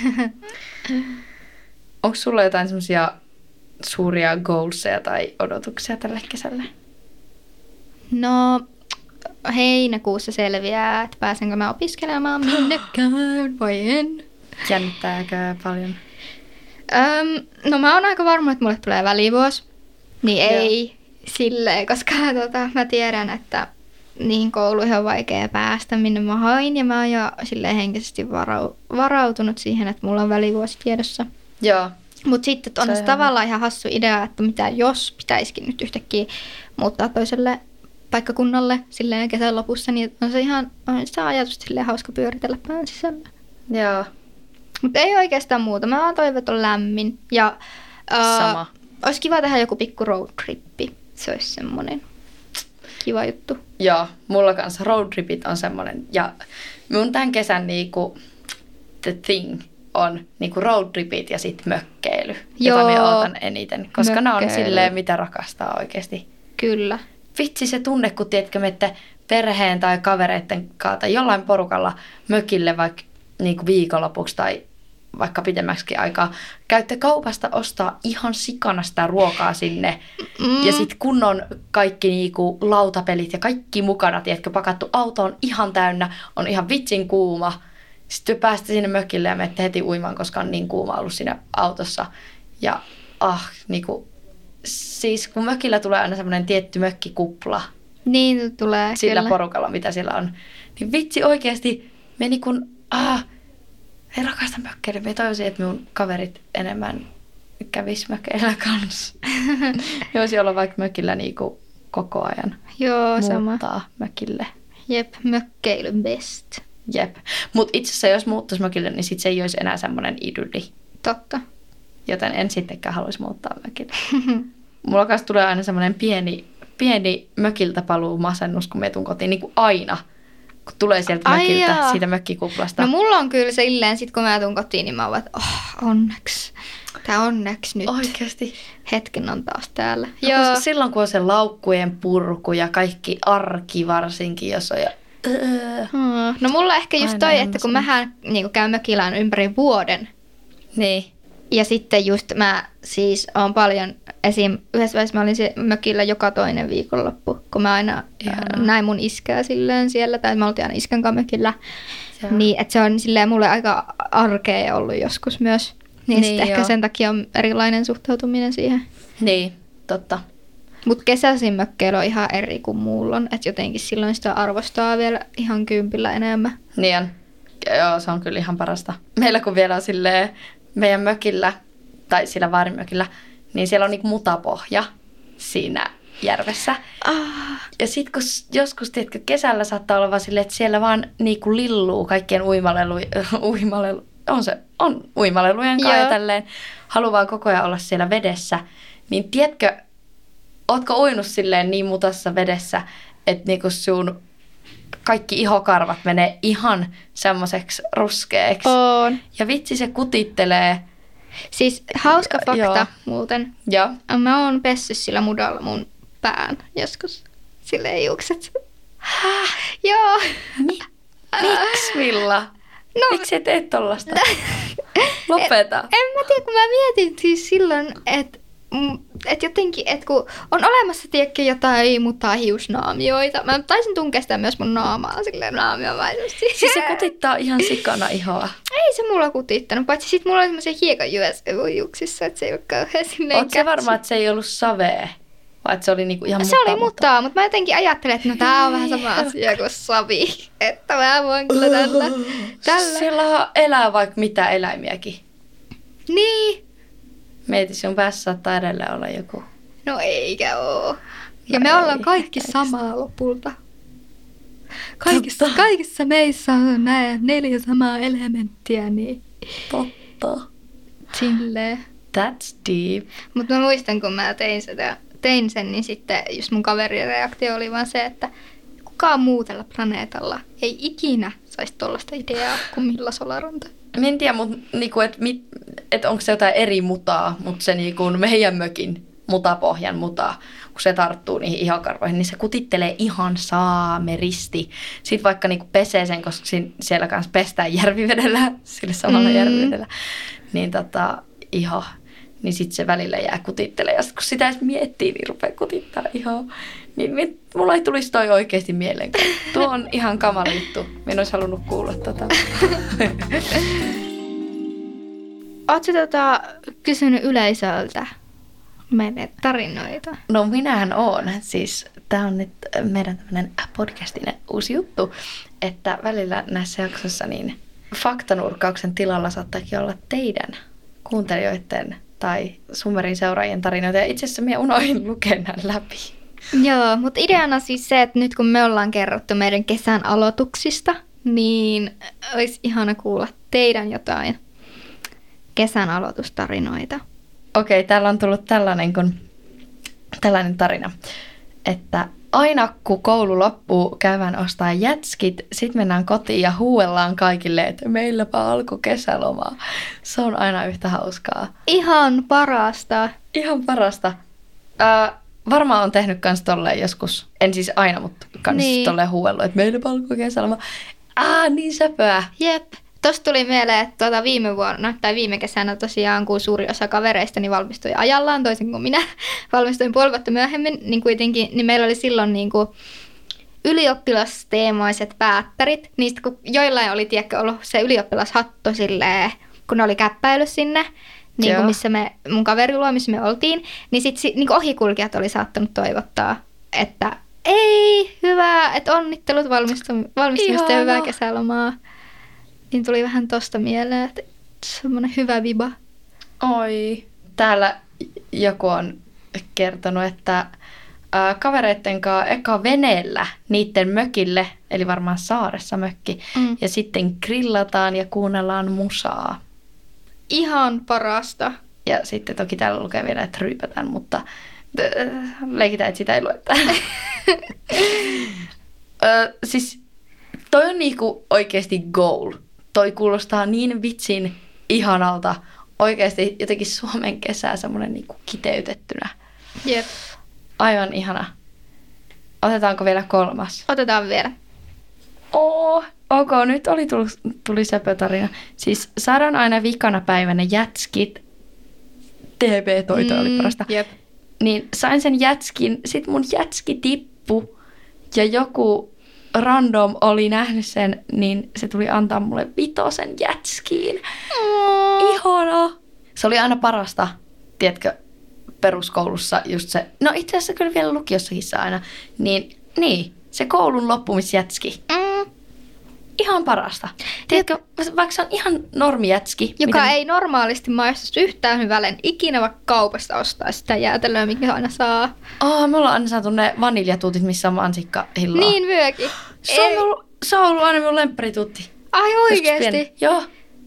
Onko sulla jotain semmoisia suuria goalseja tai odotuksia tälle kesälle? No heinäkuussa selviää, että pääsenkö mä opiskelemaan minnekään vai en. Jännittääkö paljon? Öm, no mä oon aika varma, että mulle tulee välivuosi. Niin ei Joo. silleen, koska tota, mä tiedän, että niihin kouluihin on vaikea päästä, minne mä hain. Ja mä oon jo silleen henkisesti varau- varautunut siihen, että mulla on välivuosi tiedossa. Joo. Mutta sitten on se, se tavallaan ihan hassu idea, että mitä jos pitäisikin nyt yhtäkkiä muuttaa toiselle paikkakunnalle silleen kesän lopussa, niin on se ihan on sitä ajatusta silleen hauska pyöritellä pään sisällä. Joo. Mutta ei oikeastaan muuta. Mä vaan toivon, että on lämmin. Ja Sama. Uh, olisi kiva tehdä joku pikku roadtrippi. Se olisi semmoinen kiva juttu. Joo, mulla kanssa roadtripit on semmoinen. Ja mun tämän kesän niinku the thing on niinku roadtripit ja sitten mökkeily, Joo. jota minä ootan eniten. Koska mökkeily. Ne on silleen, mitä rakastaa oikeasti. Kyllä. Vitsi se tunne, kun tiedätkö, menette perheen tai kavereiden kanssa tai jollain porukalla mökille vaikka niinku viikonlopuksi tai vaikka pidemmäksikin aikaa. Käytte kaupasta ostaa ihan sikana sitä ruokaa sinne. Mm. Ja sitten kun on kaikki niinku lautapelit ja kaikki mukana, tiedätkö, pakattu auto on ihan täynnä, on ihan vitsin kuuma. Sitten päästä sinne mökille ja menette heti uimaan, koska on niin kuuma ollut siinä autossa. Ja ah, niinku, siis kun mökillä tulee aina semmoinen tietty mökkikupla. Niin tulee, sillä kyllä. porukalla, mitä siellä on. Niin vitsi oikeasti meni kun, ah, ei rakasta mökkeillä. Mä toivoisin, että minun kaverit enemmän kävis mökkeillä kanssa. Ja voisi olla vaikka mökillä niinku koko ajan. Joo, muuttaa sama. mökille. Jep, mökkeily best. Jep. Mutta itse asiassa jos muuttaisi mökille, niin sit se ei olisi enää semmoinen idylli. Totta. Joten en sittenkään haluaisi muuttaa mökille. Mulla kanssa tulee aina semmoinen pieni, pieni mökiltä paluu masennus, kun me tuun kotiin niin kuin aina. Kun tulee sieltä Ai mökiltä, jaa. siitä mökkikuplasta. No mulla on kyllä se illeen, sit kun mä tuun kotiin, niin mä oon, että oh, onneksi. Tää onneksi nyt. Oikeesti. Hetken on taas täällä. No, Joo. silloin kun on se laukkujen purku ja kaikki arki varsinkin, jos on ja... Hmm. No mulla ehkä just Aina toi, että kun sen. mähän niin käyn mökillään ympäri vuoden. Niin. Ja sitten just mä siis oon paljon, esim. Yhdessä vaiheessa mä olin se mökillä joka toinen viikonloppu, kun mä aina Ihanaa. näin mun iskää silleen siellä, tai mä oltiin aina iskän kanssa mökillä. Joo. Niin, että se on silleen mulle aika arkea ollut joskus myös. Niin, Niin, niin ehkä joo. sen takia on erilainen suhtautuminen siihen. Niin, totta. Mutta kesäisin mökkeily on ihan eri kuin muulla on, että jotenkin silloin sitä arvostaa vielä ihan kympillä enemmän. Niin on. Joo, se on kyllä ihan parasta. Meillä kun vielä on silleen meidän mökillä, tai sillä vaarimökillä, niin siellä on niinku mutapohja siinä järvessä. Ah. Ja sit kun joskus, tiedätkö, kesällä saattaa olla vaan silleen, että siellä vaan niinku lilluu kaikkien uimalelu, uimalelu, on se, on uimalelujen kanssa ja Joo. tälleen, haluaa koko ajan olla siellä vedessä, niin tiedätkö, ootko uinut silleen niin mutassa vedessä, että niinku sun kaikki ihokarvat menee ihan semmoiseksi ruskeaksi. On. Ja vitsi se kutittelee. Siis hauska fakta Joo. muuten. Joo. Mä oon pessyt sillä mudalla mun pään joskus. Silleen hiukset. Häh? Joo. Mi- Miksi Milla? No, Miksi et tee tollasta? Lopeta. En mä tiedä, kun mä mietin siis silloin, että et jotenkin, että kun on olemassa tiedäkö jotain mutaa hiusnaamioita. Mä taisin tunkea sitä myös mun naamaa silleen naamiomaisesti. Siis se kutittaa ihan sikana ihoa. Ei se mulla kutittanut, paitsi sit mulla oli semmoisia hiekanjyväsjuksissa, että se ei ole kauhean silleen Oot se varma, että se ei ollut savea? Vai että se oli niinku ihan Se mutaa, oli mutaa, mutta mä jotenkin ajattelin, että no tää on vähän sama asia kuin savi. Että mä voin kyllä tällä. tällä. Siellä elää vaikka mitä eläimiäkin. Niin. Mieti, sun päässä saattaa edelleen olla joku. No eikä oo. Ja No me ei, ollaan kaikki eikä samaa lopulta. Kaikissa, Totta. kaikissa meissä on nämä neljä samaa elementtiä, niin Totta. silleen. That's deep. Mutta mä muistan, kun mä tein, sitä, tein sen, niin sitten just mun kaverin reaktio oli vaan se, että kukaan muu tällä planeetalla ei ikinä saisi tollaista ideaa kuin Milla Solaranta. Mä en tiedä, mutta niinku, että et onko se jotain eri mutaa, mutta se niinku meidän mökin mutapohjan mutaa, kun se tarttuu niihin ihokarvoihin, niin se kutittelee ihan saameristi. Sitten vaikka niinku pesee sen, koska siellä kanssa pestään järvivedellä, sillä samalla Mm. järvivedellä, niin tota, iho, niin sitten se välillä jää kutittelee. Ja sit kun sitä edes miettii, niin rupeaa kutittaa ihoa. Niin mit, mulla ei tulisi toi oikeasti mieleen. Tuo on ihan kamala juttu. Minä en olisi halunnut kuulla tota. Ootko tota kysynyt yleisöltä meille tarinoita? No minähän oon. Siis tää on nyt meidän tämmönen podcastin uusi juttu, että välillä näissä jaksoissa niin faktanurkkauksen tilalla saattaakin olla teidän kuuntelijoiden tai Summerin seuraajien tarinoita. Ja itse asiassa minä unohdin lukea nämä läpi. Joo, mutta ideana siis se, että nyt kun me ollaan kerrottu meidän kesän aloituksista, niin olisi ihana kuulla teidän jotain kesän aloitustarinoita. Okei, täällä on tullut tällainen, kun, tällainen tarina, että aina kun koulu loppuu, käydään ostaa jätskit, sitten mennään kotiin ja huuellaan kaikille, että meilläpä alkoi kesälomaa. Se on aina yhtä hauskaa. Ihan parasta. Ihan parasta. Äh, varmaan on tehnyt kans tolleen joskus, en siis aina, mutta kans Niin. tolleen huuellut, että meilläpä alkoi kesälomaa. Ah, niin söpöä. Jep. Tuosta tuli mieleen, että tuota viime vuonna tai viime kesänä tosiaan, kun suuri osa kavereista niin valmistui ajallaan, toisin kuin minä valmistuin puoli vuotta myöhemmin, niin kuitenkin niin meillä oli silloin niin kuin ylioppilasteemaiset päättärit. Niistä kun joillain oli tiedätkö, ollut se ylioppilashattu silleen, kun ne oli käppäily sinne, niin kuin missä me, mun kaveriluo, missä me oltiin, niin sitten niin ohikulkijat oli saattanut toivottaa, että ei, hyvä, että onnittelut valmistumista ja hyvää kesälomaa. Niin tuli vähän tosta mieleen, että semmoinen hyvä viba. Oi. Täällä joku on kertonut, että ää, kavereitten kanssa eka veneellä niiden mökille, eli varmaan saaressa mökki, Mm. ja sitten grillataan ja kuunnellaan musaa. Ihan parasta. Ja sitten toki täällä lukee vielä, että ryypätään, mutta äh, leikitään, että sitä ei lue täällä. Ö, siis toi on niinku oikeasti goal. Toi kuulostaa niin vitsin ihanalta. Oikeasti jotenkin Suomen kesää semmoinen niinku kiteytettynä. Jep. Aivan ihana. Otetaanko vielä kolmas? Otetaan vielä. Oo, ok, nyt oli tullut, tuli söpötarina. Siis saadaan aina vikana päivänä jätskit. T B-toito mm, oli parasta. Jep. Niin sain sen jätskin, sit mun jätski tippu ja joku random oli nähnyt sen, niin se tuli antaa mulle vitosen jätskiin. Oh. Ihana! Se oli aina parasta, tiedätkö, peruskoulussa just se, no itse asiassa kyllä vielä lukiossakin se aina, niin, niin se koulun loppumisjätski. Mm. Ihan parasta. Tiedätkö, vaikka se on ihan normijätski. Joka miten... ei normaalisti maistu yhtään hyvälle, en ikinä vaikka kaupasta ostaa sitä jäätelöä, mikä aina saa. Oh, me ollaan aina saatu ne vaniljatuutit, missä on mansikkahilloa. Niin myökin. Se on, ollut, se on ollut aina minun lempparituutti. Ai Joskus oikeesti? pieni. Joo.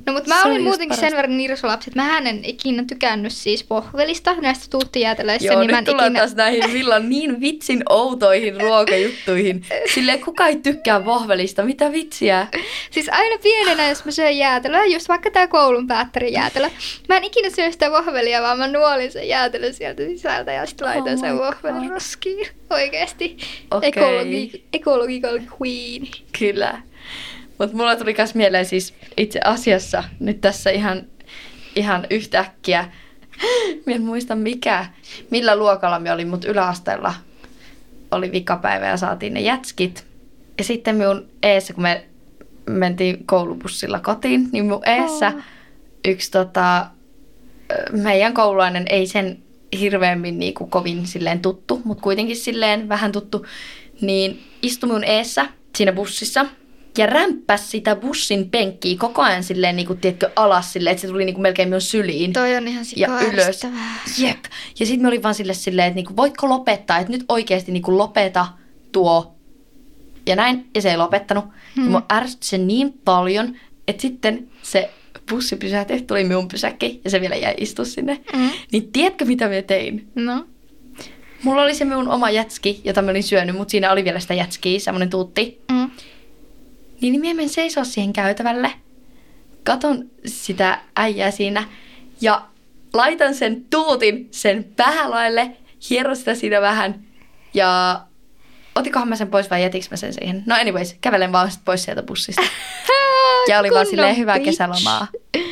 No mutta mä Se olin oli just muutenkin sen parasta. verran nirsolapsi, että mä en ikinä tykännyt siis pohvelista, näistä tuuttijäätelöistä. Joo, niin mä nyt en tullaan ikinä... taas näihin Villan niin vitsin outoihin ruokajuttuihin. Silleen kuka ei tykkää vohvelista, mitä vitsiä? Siis aina pienenä, jos mä söin jäätelöä, just vaikka tää koulun päättärin jäätelö, mä en ikinä syö sitä vohvelia, vaan mä nuolin sen jäätelön sieltä sisältä ja sitten laitoin Oh sen my vohvelin God. roskiin. Oikeesti. Okei. Ekologi- ecological queen. Kyllä. Mutta mulla tuli myös mieleen siis itse asiassa nyt tässä ihan, ihan yhtäkkiä. Mä en muista mikä, millä luokalla me olin, mutta yläasteella oli vikapäivä ja saatiin ne jätskit. Ja sitten minun eessä, kun me mentiin koulubussilla kotiin, niin minun eessä Oh. yksi tota, meidän koululainen, ei sen hirveämmin niinku kovin silleen tuttu, mutta kuitenkin silleen vähän tuttu, niin istui minun eessä siinä bussissa ja rämppäsi sitä bussin penkkiä koko ajan silleen, niinku, tiedätkö, alas silleen, että se tuli niinku melkein minun syliin. Toi on ihan Ja ylös. sikaärsyttävää. Jep. Ja sitten me oli vaan sille silleen, että niinku, voitko lopettaa, että nyt oikeasti niinku lopeta tuo. Ja näin, ja se ei lopettanut. Hmm. Ja mua ärsytti se niin paljon, että sitten se bussi pysähtyi, tuli minun pysäkki ja se vielä jäi istua sinne. Mm. Niin tiedätkö mitä mä tein? No. Mulla oli se minun oma jätski, jota mä olin syönyt, mutta siinä oli vielä sitä jätskiä, semmoinen tuutti. Mm. Niin mä menen seisoa siihen käytävälle, katon sitä äijää siinä ja laitan sen tuutin sen päälaille, hieron sitä siinä vähän ja otikohan mä sen pois vai jätinkö mä sen siihen? No anyways, kävelen vaan sit pois sieltä bussista. Ja oli vaan silleen hyvää kesälomaa.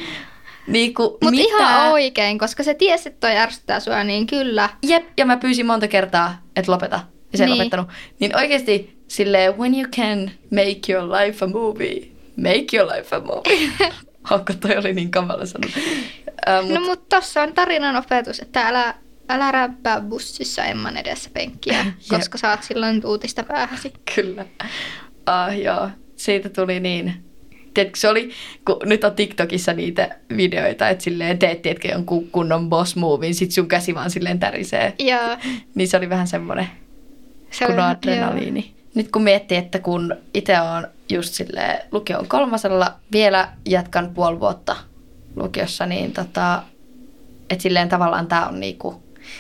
Niin Mutta ihan oikein, koska se tiesi, että toi ärsyttää sua, niin kyllä. Jep, ja mä pyysin monta kertaa, että lopeta. Ja se ei Niin. lopettanut. Niin oikeesti silleen, when you can make your life a movie, make your life a movie. Onko toi oli niin kamala sana. Äh, mut, No mutta tossa on tarinan opetus, että älä, älä räppää bussissa Emman edessä penkkiä, koska saat silloin tuutista päähäsi. Kyllä. Ah, joo, siitä tuli niin. Tiedätkö, se oli, kun nyt on TikTokissa niitä videoita, että silleen teet, tiedätkö, jonkun kunnon boss movin, sit sun käsi vaan silleen tärisee. Joo. Niin se oli vähän semmoinen Se kun oli- adrenaliini. Nyt kun miettii, että kun itse on just silleen lukion kolmasella, vielä jatkan puoli vuotta lukiossa, niin tota, että silleen tavallaan tää on niinku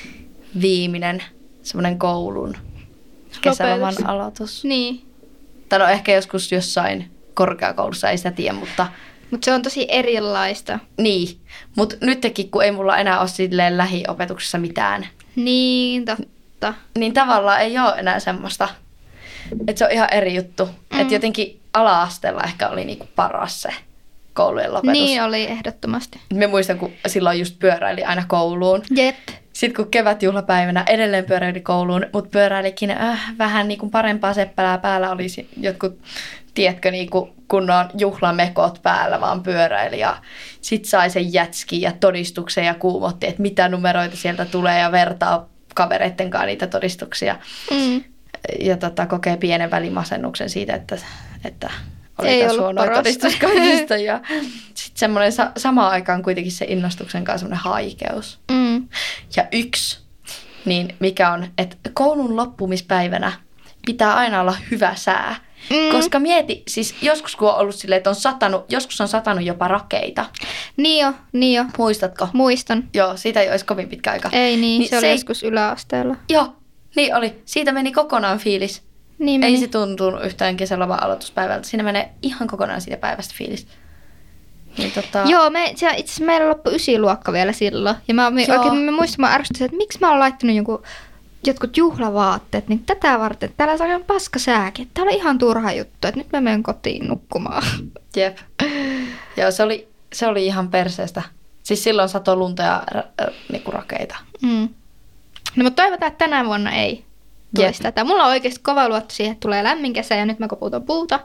viimeinen semmoinen koulun kesäloman Lopetus. aloitus. Niin, Tai no ehkä joskus jossain korkeakoulussa, ei sitä tiedä, mutta mutta se on tosi erilaista. niin. Mutta nytkin, kun ei mulla enää ole silleen lähiopetuksessa mitään, Niin, totta. niin tavallaan ei ole enää semmoista, että se on ihan eri juttu. Mm. Että jotenkin ala-asteella ehkä oli niinku paras se koulujen lopetus. Niin oli ehdottomasti. Me muistan, kun silloin just pyöräili aina kouluun. Jep. Sitten kun kevätjuhlapäivänä edelleen pyöräili kouluun, mutta pyöräilikin äh, vähän niinku parempaa seppälää päällä. Oli si- jotkut, tiedätkö, niinku kunnon juhlamekot päällä vaan pyöräili. Ja sit sai sen jätski ja todistuksen ja kuumotti, että mitä numeroita sieltä tulee ja vertaa kavereitten kanssa niitä todistuksia. Mm. Ja tota, kokee pienen välimasennuksen siitä, että, että oli Ei taas ollut huonoa parasta. todistus kaikista. Ja sitten semmoinen sa- samaan aikaan kuitenkin se innostuksen kanssa semmoinen haikeus. Mm. Ja yksi, niin mikä on, että koulun loppumispäivänä pitää aina olla hyvä sää. Mm. Koska mieti, siis joskus kun on ollut silleen, että on satanut, joskus on satanut jopa rakeita. Niin jo, niin jo. Muistatko? Muistan. Joo, siitä ei olisi kovin pitkä aika. Ei niin, Niin se oli se ei- joskus yläasteella. Joo, niin oli. Siitä meni kokonaan fiilis. Niin Ei meni. se tuntunut yhtään kesäloman aloituspäivältä. Siinä menee ihan kokonaan siitä päivästä fiilis. Niin tota, Joo, me, se, itse asiassa meillä loppui ysiluokka vielä silloin. Ja mä, me, Joo. oikein mä muistan, mä ärsytin, että miksi mä oon laittanut jonkun, jotkut juhlavaatteet niin tätä varten. Että täällä on ihan paska sääkin. Tää oli ihan turha juttu, että nyt mä menen kotiin nukkumaan. Jep. Joo, se oli, se oli ihan perseestä. Siis silloin satoi lunta ja ra- äh, niinku rakeita. Mm. No mutta toivotaan, että tänä vuonna ei tulisi Jep. tätä. Mulla on oikeasti kova luotto siihen, että tulee lämmin kesä ja nyt mä koputan puuta.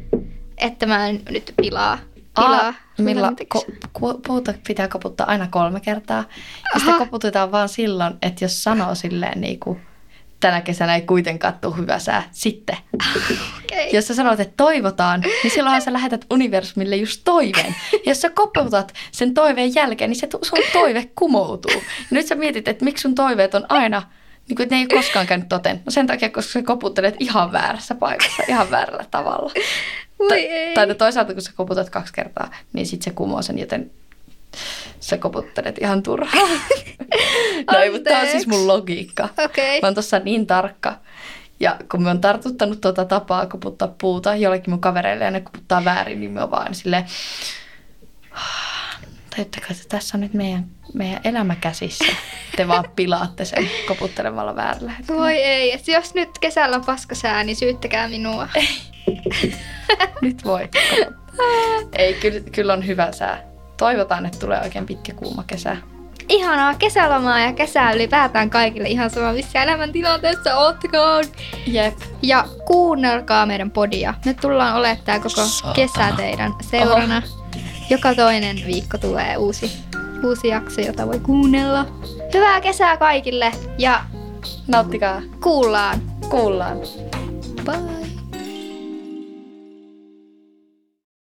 Että mä en nyt pilaa. pilaa Aa, milla lämmintä ko- kesää. ku- puuta pitää koputtaa aina kolme kertaa. Ja sitä Aha. koputetaan vaan silloin, että jos sanoo silleen niinku, tänä kesänä ei kuitenkaan tule hyvä sää, sitten. Okei. Jos sä sanot, että toivotaan, niin silloinhan sä lähetät universumille just toiveen. Ja jos sä koputat sen toiveen jälkeen, niin se tu- sun toive kumoutuu. Ja nyt sä mietit, että miksi sun toiveet on aina, niin kuin, että ne ei ole koskaan käynyt toteen. No sen takia, koska sä koputtelet ihan väärässä paikassa, ihan väärällä tavalla. Voi ei. Tai no toisaalta, kun sä koputat kaksi kertaa, niin sit se kumoo sen, joten sä koputtelet ihan turhaan. No ei, mutta tää on siis mun logiikka. Okei. Mä oon tossa niin tarkka. Ja kun mä oon tartuttanut tuota tapaa koputtaa puuta jollekin mun kavereille ja ne koputtaa väärin, niin mä oon vaan silleen, tajuttakaa, että tässä on nyt meidän, meidän elämä käsissä. Te vaan pilaatte sen koputtelemalla väärällä hetkellä. Voi ei. Et jos nyt kesällä on paskasää, niin syyttäkää minua. Nyt voi koputtaa. Ei, kyllä, kyllä on hyvä sää. Toivotaan, että tulee oikein pitkä kuuma kesä. Ihanaa kesälomaa ja kesää ylipäätään kaikille ihan sama missä elämäntilanteessa ootkaan. Jep. Ja kuunnelkaa meidän podia. Me tullaan olemaan tää koko kesä teidän seurana. Oho. Joka toinen viikko tulee uusi, uusi jakso, jota voi kuunnella. Hyvää kesää kaikille ja nauttikaa. Kuullaan. Kuullaan. Bye.